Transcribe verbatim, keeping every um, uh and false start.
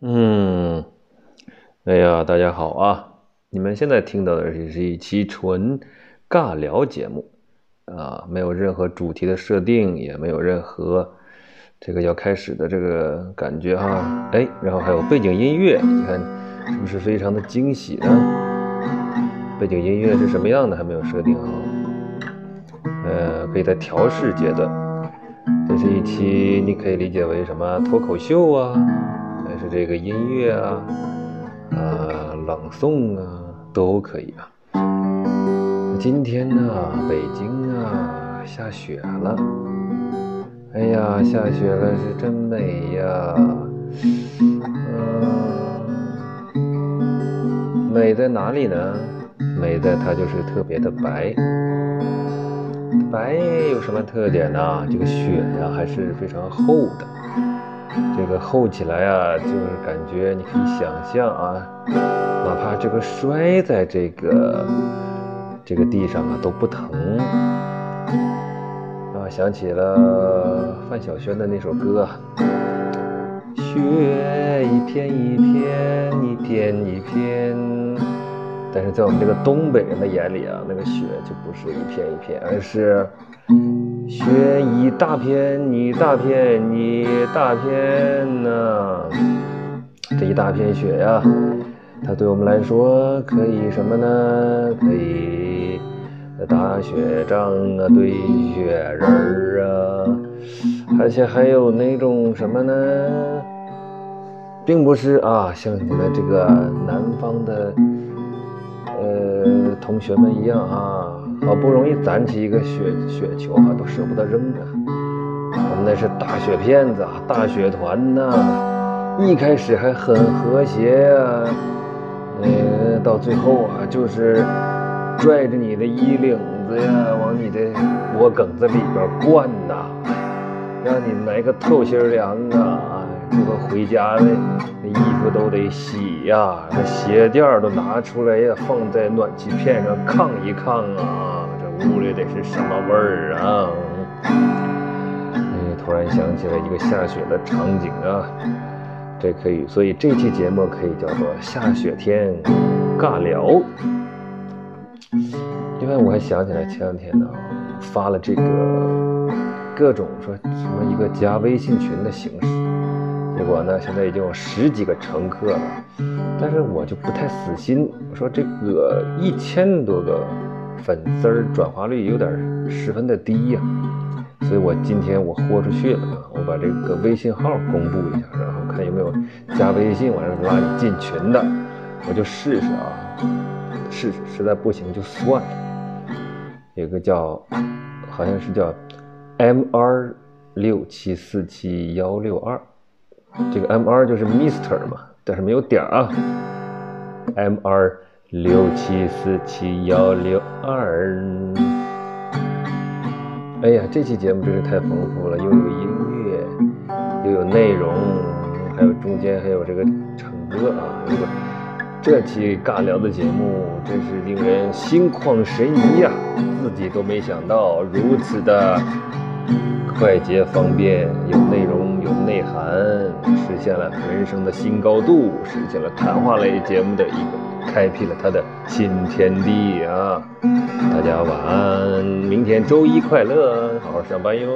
嗯，哎呀，大家好啊！你们现在听到的是一期纯尬聊节目啊，没有任何主题的设定，也没有任何这个要开始的这个感觉哈。哎，然后还有背景音乐，你看是不是非常的惊喜呢？背景音乐是什么样的还没有设定好，呃，可以在调试阶段。这是一期你可以理解为什么脱口秀啊，还是这个音乐啊，呃，朗诵啊，都可以啊。今天呢，北京啊下雪了，哎呀，下雪了是真美呀。嗯，美在哪里呢？美在它就是特别的白。白有什么特点呢？这个雪呀还是非常厚的，这个厚起来啊，就是感觉你可以想象啊，哪怕这个摔在这个这个地上啊都不疼啊。想起了范晓萱的那首歌啊，雪一片一片一片一片，但是在我们这个东北人的眼里啊，那个雪就不是一片一片，而是雪一大片一大片一大片呢。这一大片雪呀，它对我们来说可以什么呢？可以打雪仗啊，堆雪人儿啊，而且还有那种什么呢？并不是啊，像你们这个南方的呃同学们一样啊，好不容易攒起一个雪雪球啊，都舍不得扔啊。我们那是大雪片子啊，大雪团呐、啊，一开始还很和谐啊，呃，到最后啊，就是拽着你的衣领子呀，往你的脖梗子里边灌呐、啊，让你来个透心凉啊！这个回家的那衣服都得洗呀，那鞋垫都拿出来呀，放在暖气片上炕一炕啊，这屋里得是什么味儿啊？嗯，突然想起了一个下雪的场景啊，这可以，所以这期节目可以叫做下雪天尬聊。另外，我还想起来前两天呢，发了这个各种说什么一个加微信群的形式，结果呢，现在已经有十几个乘客了，但是我就不太死心，我说这个一千多个粉丝儿转化率有点十分的低呀、啊，所以我今天我豁出去了，我把这个微信号公布一下，然后看有没有加微信完了拉你进群的，我就试试啊，试试，实在不行就算了。有个叫好像是叫 M R 六七四七一六二，这个 M R 就是 Mister 嘛，但是没有点啊。M R 六七四七一六二。哎呀，这期节目真是太丰富了，又有音乐，又有内容，还有中间还有这个唱歌啊。如果这期尬聊的节目真是令人心旷神怡呀、啊，自己都没想到如此的快捷方便，有内容有内涵，实现了人生的新高度，实现了谈话类节目的一个开辟了它的新天地啊！大家晚安，明天周一快乐，好好上班哟。